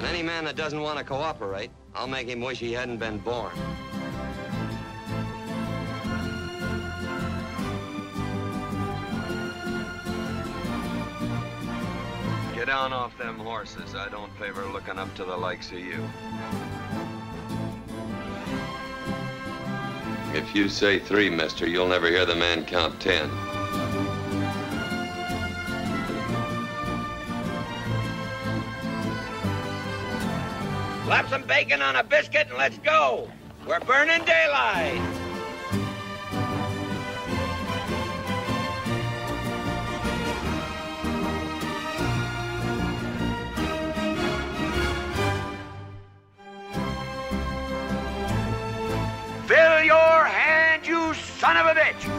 Any man that doesn't want to cooperate, I'll make him wish he hadn't been born. Get down off them horses. I don't favor looking up to the likes of you. If you say 3, mister, you'll never hear the man count 10. Slap some bacon on a biscuit and let's go. We're burning daylight. Fill your hand, you son of a bitch!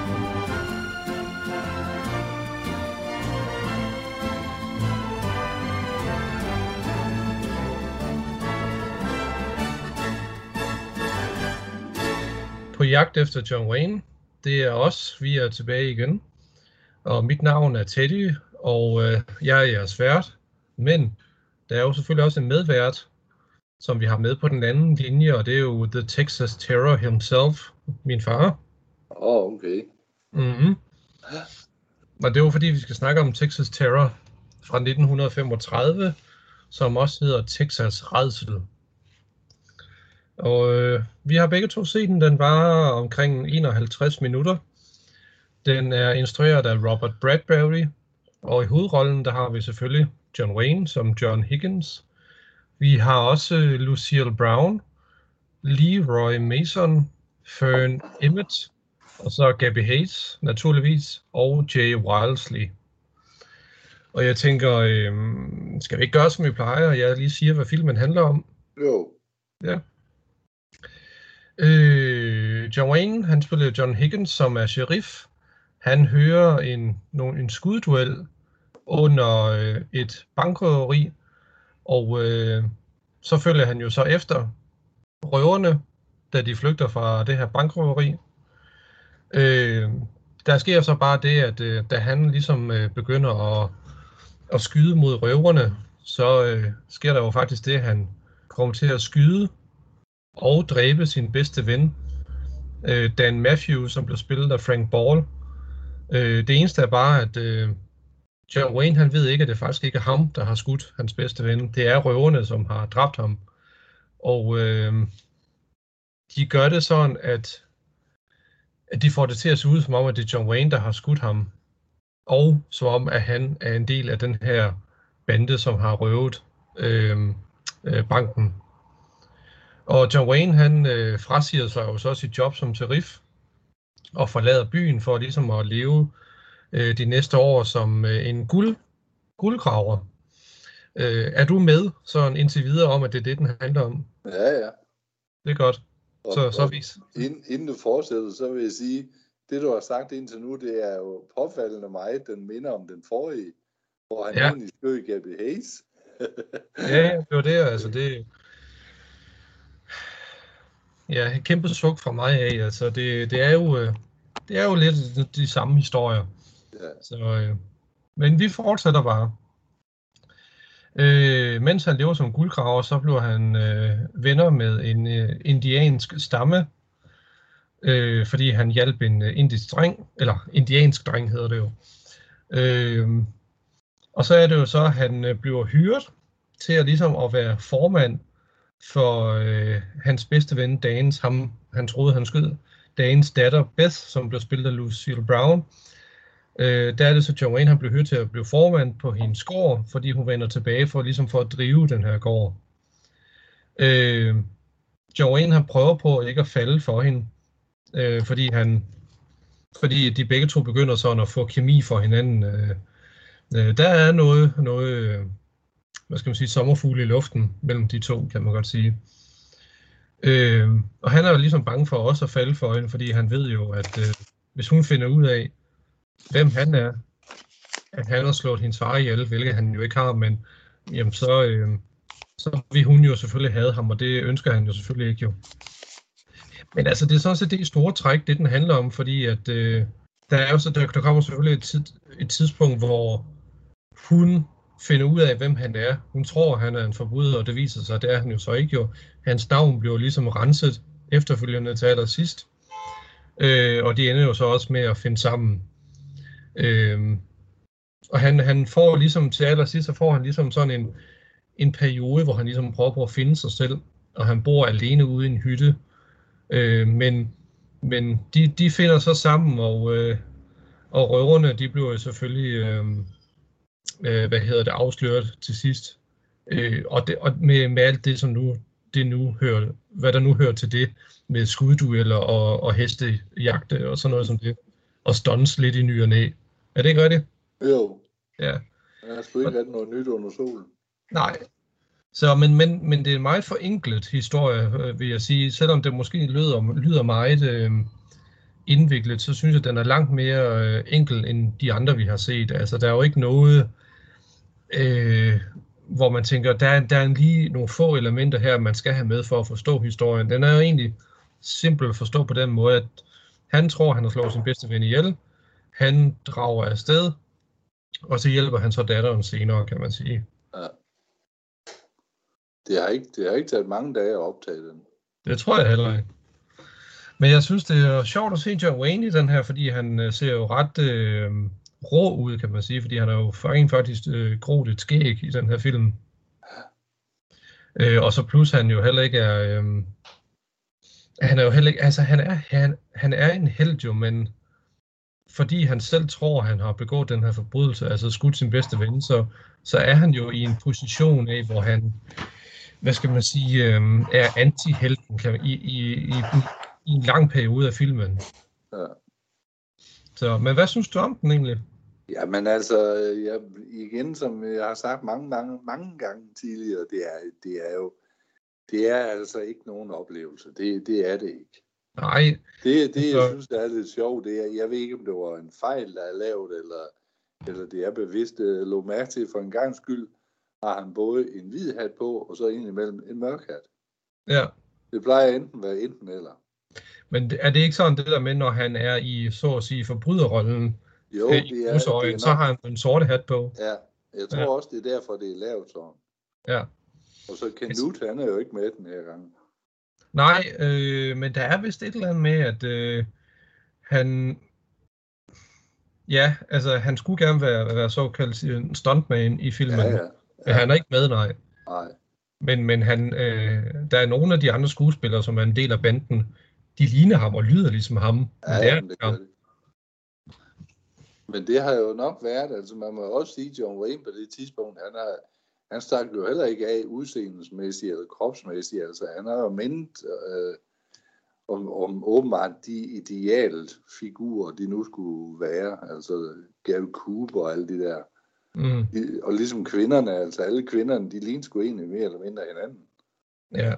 På jagt efter John Wayne. Det er os. Vi er tilbage igen. Og mit navn er Teddy, og jeg er jeres vært. Men der er jo selvfølgelig også en medvært, som vi har med på den anden linje, og det er jo The Texas Terror himself, min far. Okay. Mhm. Og det er jo fordi, vi skal snakke om Texas Terror fra 1935, som også hedder Texas Rædsel. Og vi har begge to set den. Den var omkring 51 minutter. Den er instrueret af Robert Bradbury, og i hovedrollen der har vi selvfølgelig John Wayne som John Higgins. Vi har også Lucille Brown, Leroy Mason, Fern Emmett, og så Gabby Hayes naturligvis, og Jay Wildesley. Og jeg tænker, skal vi ikke gøre som vi plejer, og jeg lige siger, hvad filmen handler om? Jo. Ja. John Wayne, han spiller John Higgins, som er sheriff. Han hører en skudduel under et bankrøveri, og så følger han jo så efter røverne, da de flygter fra det her bankrøveri. Der sker så bare det, at da han ligesom begynder at skyde mod røverne, så sker der jo faktisk det, at han kommer til at skyde og dræbe sin bedste ven, Dan Matthews, som blev spillet af Frank Ball. Det eneste er bare, at John Wayne, han ved ikke, at det faktisk ikke er ham, der har skudt hans bedste ven. Det er røverne, som har dræbt ham. Og de gør det sådan, at de får det til at se ud som om, at det er John Wayne, der har skudt ham. Og som om, at han er en del af den her bande, som har røvet banken. Og John Wayne, han frasiger sig jo så sit job som sheriff og forlader byen for ligesom at leve de næste år som en guldgraver. Er du med sådan indtil videre om, at det er det, den handler om? Ja. Det er godt. Så vis. Inden du fortsætter, så vil jeg sige, det du har sagt indtil nu, det er jo påfaldende meget, den minder om den forrige, hvor han egentlig skød Gabby Hayes. Ja, det var det, altså det... Ja, et kæmpe suk fra mig af, altså det er jo lidt de samme historier. Ja. Så, men vi fortsætter bare. Mens han lever som guldgraver, så bliver han venner med en indiansk stamme, fordi han hjalp en indiansk dreng hedder det jo. Og så er det jo så, at han bliver hyret til at ligesom at være formand for hans bedste ven, han troede han skød, Danes datter Beth, som blev spillet af Lucille Brown. Der er det så, John Wayne han blev hyret til at blive formand på hendes gård, fordi hun vender tilbage for at drive den her gård. John Wayne han prøver på ikke at falde for hende, fordi de begge to begynder sådan at få kemi for hinanden. Der er noget hvad skal man sige, sommerfugle i luften mellem de to, kan man godt sige. Og han er jo ligesom bange for også at falde for hende, fordi han ved jo, at hvis hun finder ud af, hvem han er, at han har slået hendes far ihjel, hvilket han jo ikke har, men jamen, så vil hun jo selvfølgelig have ham, og det ønsker han jo selvfølgelig ikke jo. Men altså, det er sådan set det store træk, det den handler om, fordi at der kommer selvfølgelig et tidspunkt, hvor hun finder ud af, hvem han er. Hun tror, han er en forbryder, og det viser sig, at det er han jo så ikke jo. Hans navn bliver ligesom renset efterfølgende til allersidst. Og de ender jo så også med at finde sammen. Og han får ligesom til allersidst, så får han ligesom sådan en periode, hvor han ligesom prøver på at finde sig selv, og han bor alene ude i en hytte. Men de finder så sammen, og røverne, de bliver jo selvfølgelig afsløret til sidst. Og med alt det, som hvad der nu hører til det, med skuddueller og hestejagte og sådan noget som det, og stunts lidt i ny og næ. Er det ikke rigtigt? Jo. Ja. Der er sgu ikke været noget nyt under solen. Nej. Så, men det er en meget forenklet historie, vil jeg sige. Selvom det måske lyder meget indviklet, så synes jeg, den er langt mere enkel end de andre, vi har set. Altså, der er jo ikke noget, hvor man tænker, der er lige nogle få elementer her, man skal have med for at forstå historien. Den er jo egentlig simpel at forstå på den måde, at han tror, han har slået sin bedste ven ihjel. Han drager afsted, og så hjælper han så datteren senere, kan man sige. Ja. Det har ikke taget mange dage at optage den. Det tror jeg heller ikke. Men jeg synes, det er sjovt at se John Wayne i den her, fordi han ser jo ret rå ud, kan man sige, fordi han er jo faktisk groet et skæg i den her film. Og så plus han jo heller ikke er... han er jo heller ikke... Altså, han er en helt jo, men fordi han selv tror, han har begået den her forbrydelse, altså skudt sin bedste ven, så er han jo i en position af, hvor han, hvad skal man sige, er anti-helten i en lang periode af filmen. Ja. Så, men hvad synes du om den egentlig? Jamen altså, igen, som jeg har sagt mange gange tidligere, det er altså ikke nogen oplevelse. Det er det ikke. Nej. Det jeg synes, der er lidt sjovt, det er, jeg ved ikke, om det var en fejl, der er lavet, eller det er bevidst lå mærke til, for en gangs skyld har han både en hvid hat på, og så indimellem en mørk hat. Ja. Det plejer enten være enten eller. Men er det ikke sådan det der med, når han er i, så at sige, forbryderrollen, jo, det er så har han en sorte hat på? Ja, jeg tror også, det er derfor, det er lavet sådan. Ja. Og så Knut, han er jo ikke med den her gang. Nej, men der er vist et eller andet med, at han... Ja, altså han skulle gerne være såkaldt en stuntman i filmen. Ja. Han er ikke med, nej. Men han, der er nogle af de andre skuespillere, som er en del af banden, de ligner ham og lyder ligesom ham. Ja, det gør det. Men det har jo nok været, altså man må også sige, John Wayne på det tidspunkt, han stak jo heller ikke af udseendelsmæssigt eller kropsmæssigt, altså han har jo mindet om åbenbart de idealfigurer, de nu skulle være, altså Gary Cooper og alle de der. Og ligesom kvinderne, altså alle kvinderne, de ligner sgu egentlig mere eller mindre hinanden. Ja.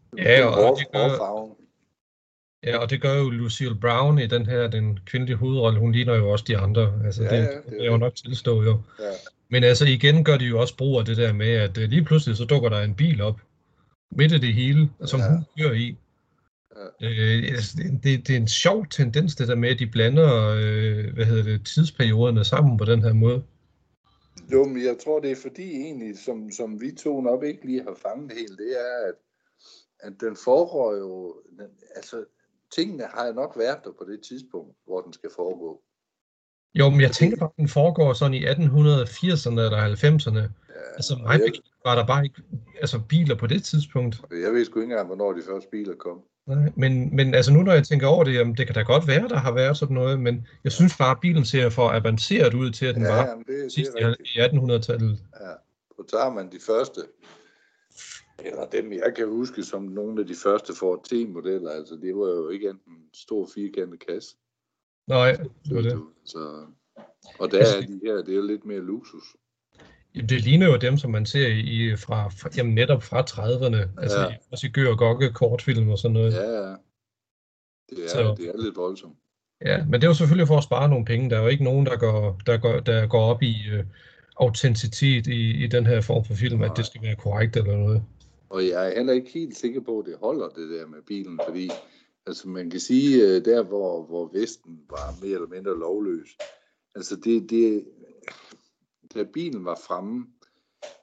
Og det gør jo Lucille Brown i den kvindelige hovedrolle, hun ligner jo også de andre. Altså det er jo nok tilstå jo. Ja. Men altså igen gør de jo også brug af det der med, at lige pludselig så dukker der en bil op midt i det hele, som hun kører i. Det er en sjov tendens, det der med, at de blander tidsperioderne sammen på den her måde. Jo, men jeg tror, det er fordi egentlig, som vi to nok ikke lige har fanget helt, det er, at den foregår jo, altså tingene har jo nok været der på det tidspunkt, hvor den skal foregå. Jo, men jeg tænker bare, at den foregår sådan i 1880'erne eller 90'erne. Ja, altså mig var der bare ikke biler på det tidspunkt. Jeg ved sgu ikke engang, hvornår de første biler kom. Nej, men altså nu når jeg tænker over det, jamen, det kan da godt være, der har været sådan noget, men jeg synes bare, at bilen ser for avanceret ud til, at den var sidst i 1800-tallet. Ja, så tager man de første, eller dem jeg kan huske som nogle af de første Ford T-modeller, altså det var jo ikke en stor firkantet kasse. Nej, det var det. Så, og der er de her, det er jo lidt mere luksus. Jamen, det ligner jo dem, som man ser netop fra 30'erne, altså også i Gør og Gokke kortfilm og sådan noget. Ja, det er lidt voldsomt. Ja, men det er jo selvfølgelig for at spare nogle penge. Der er jo ikke nogen, der går op i autenticitet i den her form for film, at det skal være korrekt eller noget. Og jeg er heller ikke helt sikker på, at det holder det der med bilen, fordi altså man kan sige, der hvor Vesten var mere eller mindre lovløs, altså da bilen var fremme,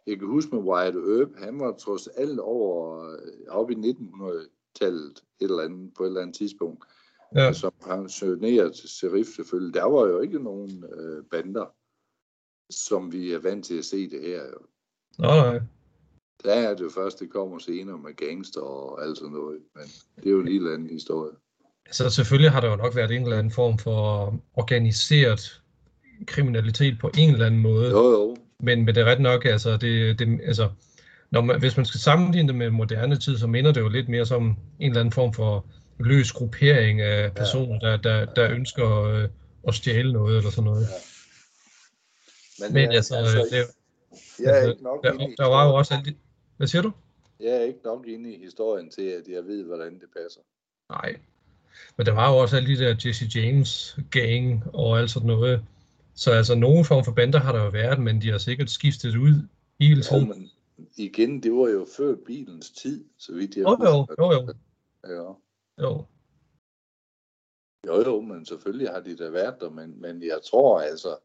jeg kan huske med Wyatt Earp, han var trods alt op i 1900-tallet på et eller andet tidspunkt. Ja. Som pensioneret til Sheriff selvfølgelig. Der var jo ikke nogen bander, som vi er vant til at se det her. Jo. Nej. Der er det jo først, det kommer senere med gangster og alt sådan noget. Men det er jo en helt anden historie. Altså selvfølgelig har der jo nok været en eller anden form for organiseret kriminalitet på en eller anden måde. Jo. Men det er ret nok, altså, altså hvis man skal sammenligne det med moderne tid, så minder det jo lidt mere som en eller anden form for løs gruppering af personer, der ønsker at stjæle noget eller sådan noget. Ja. Men altså jeg er ikke nok der var jo også alle de... Hvad siger du? Jeg er ikke nok inde i historien til, at jeg ved, hvordan det passer. Nej. Men der var jo også alle de der Jesse James gang og alt sådan noget. Så altså nogen form for bander har der jo været, men de har sikkert skiftet ud hele tiden. Men igen, det var jo før bilens tid, så vidt jeg husker. Jo, men selvfølgelig har de da været der, men jeg tror altså,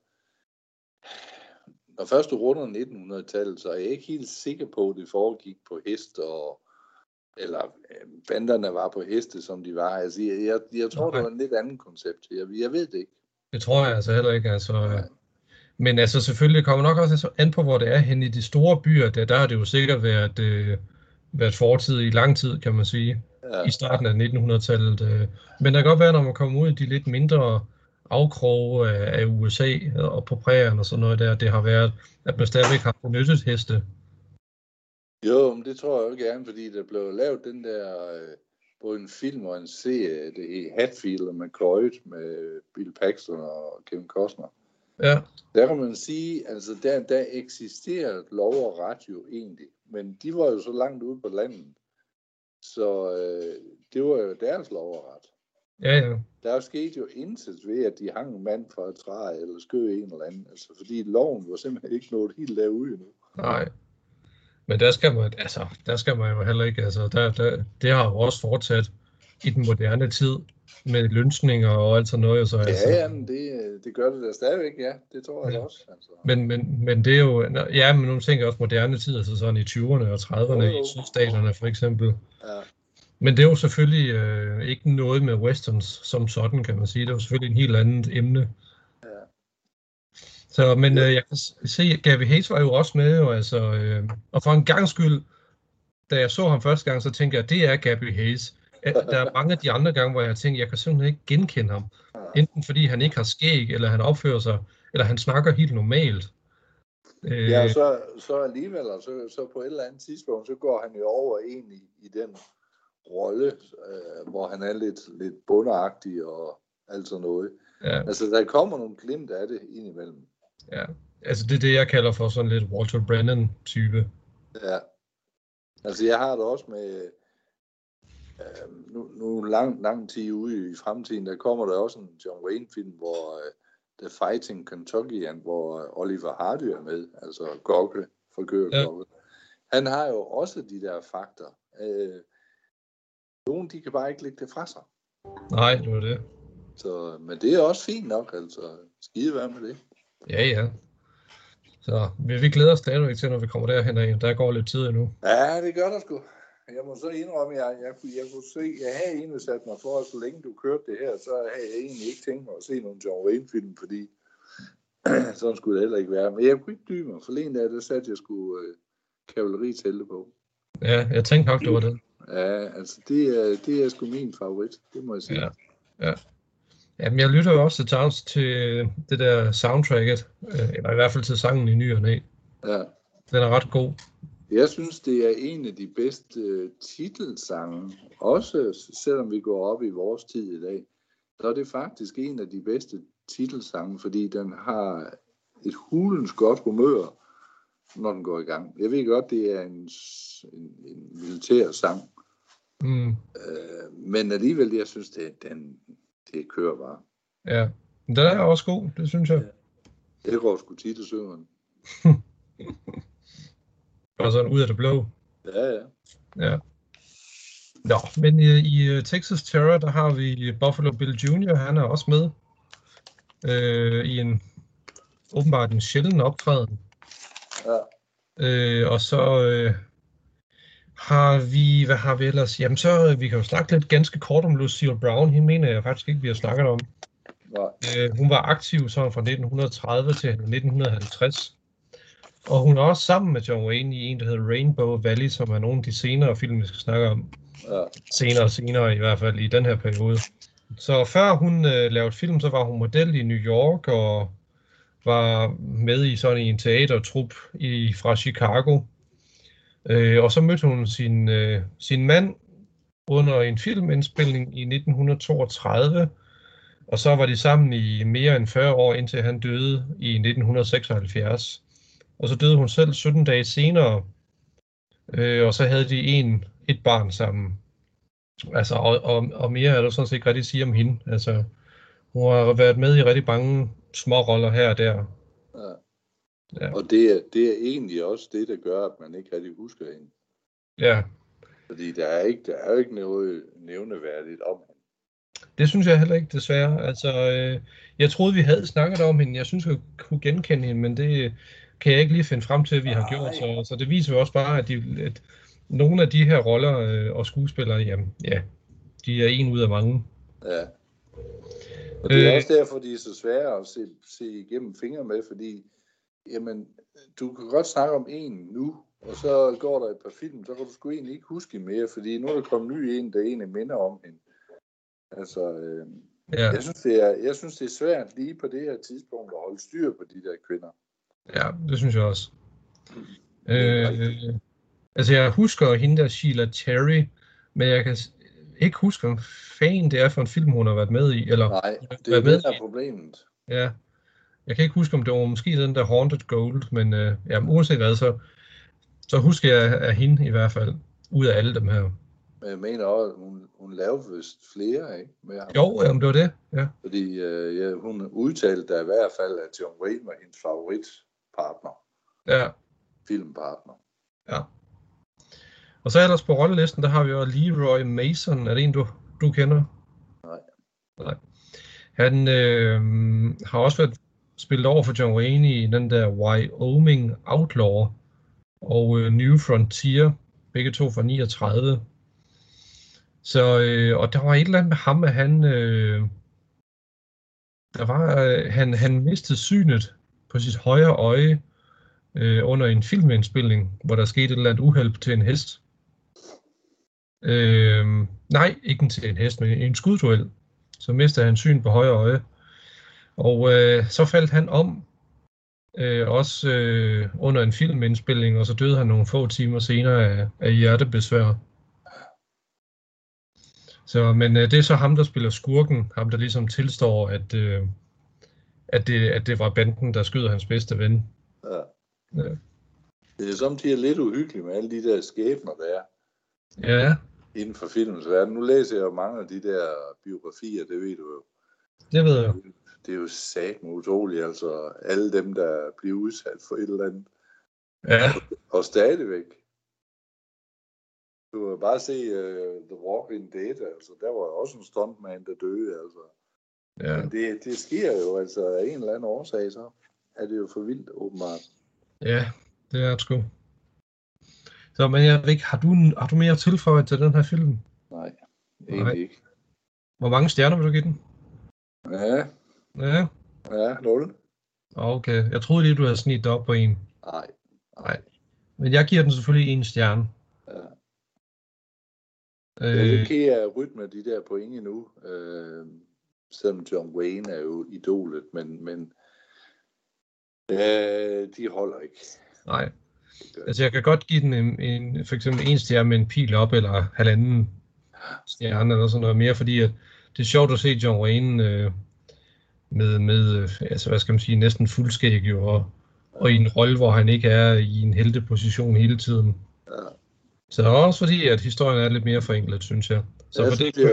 når først du runder 1900-tallet, så er jeg ikke helt sikker på, at det foregik på heste, eller banderne var på heste, som de var. Altså, jeg tror, det var en lidt anden koncept. Jeg ved det ikke. Det tror jeg altså heller ikke. Altså. Men altså selvfølgelig kommer nok også an på, hvor det er hen i de store byer. Der har det jo sikkert været fortid i lang tid, kan man sige. Ja. I starten af 1900-tallet. Men der kan godt være, når man kommer ud i de lidt mindre afkroge af USA og på prærien og sådan noget der, det har været, at man stadigvæk har benyttet heste. Jo, men det tror jeg jo gerne, fordi der blev lavet den der, både en film og en serie, det er Hatfield og McCoy med Bill Paxton og Kevin Costner. Ja. Der kan man sige, altså der eksisterer lov og ret jo egentlig, men de var jo så langt ude på landet, så det var jo deres lov og ret. Ja. Der skete jo intet ved, at de hang en mand fra et træ eller skød en eller anden, altså fordi loven var simpelthen ikke nået helt derude endnu. Nej. Men der skal man jo heller ikke, altså det har jo også fortsat i den moderne tid med lynchninger og alt sådan noget. Så, ja, men det gør det da stadigvæk, ja. Det tror jeg også. Altså. Men det er jo, ja, men nu tænker jeg også moderne tid, altså sådan i 20'erne og 30'erne i sydstaterne for eksempel. Ja. Men det er jo selvfølgelig ikke noget med westerns som sådan, kan man sige. Det er jo selvfølgelig en helt andet emne. Ja. Så, men jeg kan se, at Gabby Hayes var jo også med, jo, altså, og for en gang skyld, da jeg så ham første gang, så tænkte jeg, at det er Gabby Hayes. Der er mange af de andre gange, hvor jeg tænkte, jeg kan simpelthen ikke genkende ham. Enten fordi han ikke har skæg, eller han opfører sig, eller han snakker helt normalt. Ja, så alligevel, så på et eller andet tidspunkt, så går han jo over ind i den rolle, hvor han er lidt bunderagtig og alt sådan noget. Ja. Altså, der kommer nogle glimt af det indimellem. Ja, altså det er det, jeg kalder for sådan lidt Walter Brennan-type. Ja, altså jeg har det også med, nu lang tid ude i fremtiden, der kommer der også en John Wayne-film, hvor The Fighting Kentuckian, hvor Oliver Hardy er med, altså Gogge, Gogge. Han har jo også de der fakter. Nogle, de kan bare ikke lægge det fra sig. Nej, det var det. Så, men det er også fint nok, altså. Skide være med det. Ja. Så vi glæder os stadigvæk til, når vi kommer derhen af. Der går lidt tid endnu. Ja, det gør der sgu. Jeg må så indrømme, at jeg kunne se, jeg havde egentlig sat mig for, at så længe du kørte det her, så havde jeg egentlig ikke tænkt mig at se nogle John Wayne-film, fordi sådan skulle det heller ikke være. Men jeg kunne ikke dybe mig. Forleden dag, der satte jeg sgu kavaleritelte på. Ja, jeg tænkte nok, det var det. Ja, altså det er sgu min favorit, det må jeg sige. Ja. Jamen, jeg lytter jo også til det der soundtracket, eller i hvert fald til sangen i ny og næ. Ja. Den er ret god. Jeg synes, det er en af de bedste titelsange, også selvom vi går op i vores tid i dag. Så er det faktisk en af de bedste titelsange, fordi den har et hulens godt humør, når den går i gang. Jeg ved godt, det er en militær sang. Men alligevel, jeg synes, det kører bare. Ja, men den er også god, det synes jeg. Ja. Det går sgu titelsøgeren. Og sådan ud af det blå. Ja. Nå, men i Texas Terror, der har vi Buffalo Bill Jr., han er også med i åbenbart en sjælden optræden. Og så hvad har vi ellers? Jamen så, vi kan jo snakke lidt ganske kort om Lucille Brown. Hende mener jeg faktisk ikke, vi har snakket om. Hun var aktiv sådan fra 1930 til 1950. Og hun er også sammen med John Wayne i en, der hedder Rainbow Valley, som er nogle af de senere film, vi skal snakke om. Ja. Senere i hvert fald i den her periode. Så før hun lavede film, så var hun model i New York og var med i sådan en teatertrup fra Chicago. Og så mødte hun sin mand under en filmindspilning i 1932. Og så var de sammen i mere end 40 år, indtil han døde i 1976. Og så døde hun selv 17 dage senere. Og så havde de et barn sammen. Altså, og mere er der sådan set ikke rigtig sige om hende. Altså, hun har været med i rigtig mange små roller her og der. Ja. Ja. Og det er egentlig også det, der gør, at man ikke rigtig husker hende. Ja. Fordi der er jo ikke noget nævneværdigt om hende. Det synes jeg heller ikke, desværre. Altså, jeg troede, vi havde snakket om hende. Jeg synes, jeg kunne genkende hende, men det kan jeg ikke lige finde frem til, at vi har gjort. Så det viser jo også bare, at nogle af de her roller og skuespillere, jamen, ja, de er en ud af mange. Ja. Og det er også derfor, de er så svære at se igennem fingre med, fordi jamen, du kan godt snakke om en nu, og så går der et par film, så kan du sgu egentlig ikke huske mere, fordi nu er der kommet ny en, der egentlig minder om hende. Altså, ja. Jeg synes, det er svært lige på det her tidspunkt at holde styr på de der kvinder. Ja, det synes jeg også. Altså, jeg husker hende der Sheila Terry, men jeg kan ikke huske, hvad fanden det er for en film, hun har været med i. Eller, nej, det er det, der er problemet. Ja, jeg kan ikke huske, om det var måske den der Haunted Gold, men uanset hvad, så husker jeg af hende i hvert fald, ud af alle dem her. Men jeg mener også, hun lavede vist flere, ikke? Jo, jamen det var det, ja. Fordi hun udtalte da i hvert fald, at John Wayne var hendes favoritpartner. Ja. Filmpartner. Ja. Og så ellers på rollelisten, der har vi jo Leroy Mason. Er det en, du kender? Nej. Han har også været spillet over for John Wayne i den der Wyoming Outlaw og New Frontier, begge to fra 39. Så, og der var et eller andet med ham, at han mistede synet på sit højre øje under en filmindspilning, hvor der skete et eller andet uheld til en hest. Nej, ikke til en hest, men en skudduel. Så mistede han syn på højre øje. Og så faldt han om, også under en filmindspilning, og så døde han nogle få timer senere af hjertebesvær. Så, men det er så ham, der spiller skurken, ham der ligesom tilstår, at det var banden, der skød hans bedste ven. Ja. Ja. Det er samtidig lidt uhyggeligt med alle de der skæbner, der er. Ja. Inden for filmens verden. Nu læser jeg jo mange af de der biografier, det ved du jo. Det ved jeg. Det er jo satme utroligt, altså alle dem, der bliver udsat for et eller andet. Ja. Og stadigvæk. Du kan bare se The Walking Dead, altså der var også en stuntman, der døde, altså. Ja. Men det sker jo, altså af en eller anden årsag, så er det jo for vildt, åbenbart. Ja, det er det sgu. Så, men jeg ved ikke, har du mere tilføjet til den her film? Nej, egentlig ikke. Hvor mange stjerner vil du give den? Ja, 0. Okay, jeg troede lige, du havde snidt op på en. Nej. Men jeg giver den selvfølgelig 1 stjerne. Ja. Jeg er lidt ked af at rytte med de der point endnu. Selvom John Wayne er jo idolet, men de holder ikke. Nej. Altså jeg kan godt give den for eksempel 1 stjerne med en pil op, eller 1,5 stjerne, eller sådan noget mere, fordi at det er sjovt at se John Wayne med altså hvad skal man sige, næsten fuldskæg jo, og i en rolle, hvor han ikke er i en helteposition hele tiden. Ja. Så også fordi, at historien er lidt mere forenklet, synes jeg. Så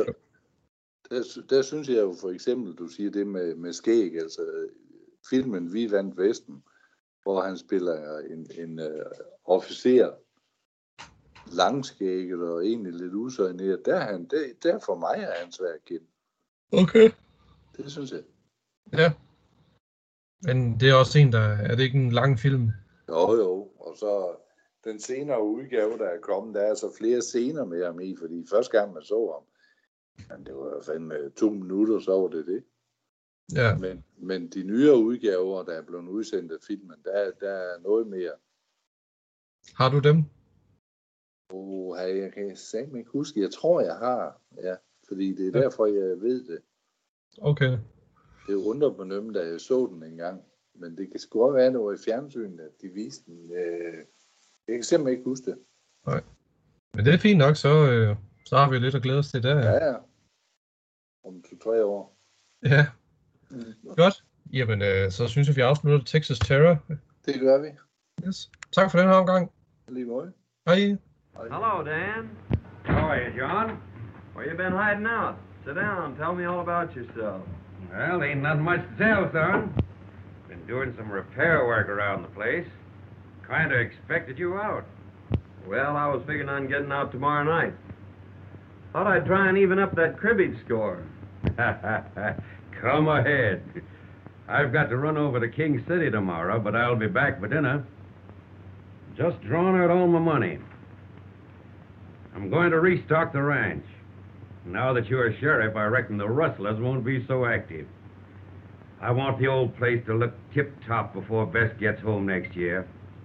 der synes jeg jo for eksempel, du siger det med skæg, altså filmen Vi vandt Vesten, hvor han spiller en officer, langskægget og egentlig lidt usøjneret. Der for mig er han svær at kende. Okay. Det synes jeg. Ja. Men det er også en, er det ikke en lang film? Jo, og så den senere udgave, der er kommet, der er så flere scener med ham i, fordi første gang man så ham, men det var fandme 2 minutter, så var det. Ja. Men de nyere udgaver, der er blevet udsendt af filmen, der er noget mere. Har du dem? Jeg kan simpelthen ikke huske. Jeg tror, jeg har. Ja, fordi det er derfor, jeg ved det. Okay. Det undrer på dem, da jeg så den engang. Men det kan sgu godt være noget i fjernsynet, at de viste den. Jeg kan simpelthen ikke huske det. Nej. Men det er fint nok, så har vi lidt at glæde os til der. Ja. Om 2-3 år. Ja. Godt. Jamen, så synes jeg, vi afslutter Texas Terror. Det gør vi. Yes. Tak for den her omgang. Lige måde. Hej. Hello, Dan. How are you, John? Where you been hiding out? Sit down. Tell me all about yourself. Well, ain't nothing much to tell, son. Been doing some repair work around the place. Kind of expected you out. Well, I was figuring on getting out tomorrow night. Thought I'd try and even up that cribbage score. Come ahead. I've got to run over to King City tomorrow, but I'll be back for dinner. Just drawn out all my money. I'm going to restock the ranch. Now that you're sheriff, I reckon the rustlers won't be so active. I want the old place to look tip-top before Bess gets home next year.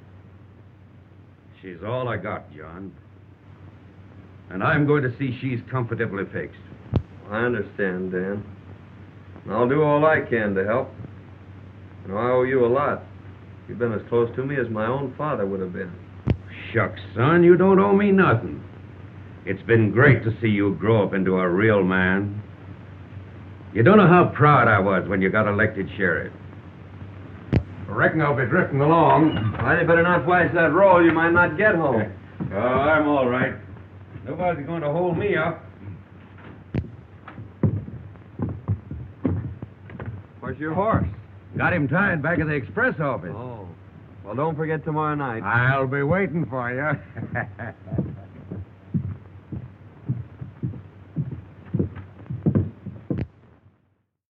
She's all I got, John. And I'm going to see she's comfortably fixed. I understand, Dan. I'll do all I can to help. You know, I owe you a lot. You've been as close to me as my own father would have been. Shucks, son, you don't owe me nothing. It's been great to see you grow up into a real man. You don't know how proud I was when you got elected sheriff. I reckon I'll be drifting along. Well, you better not flash that roll. You might not get home. Oh, I'm all right. Nobody's going to hold me up. Where's your horse? Got him tied back at the express office. Oh. Well, don't forget tomorrow night. I'll be waiting for you.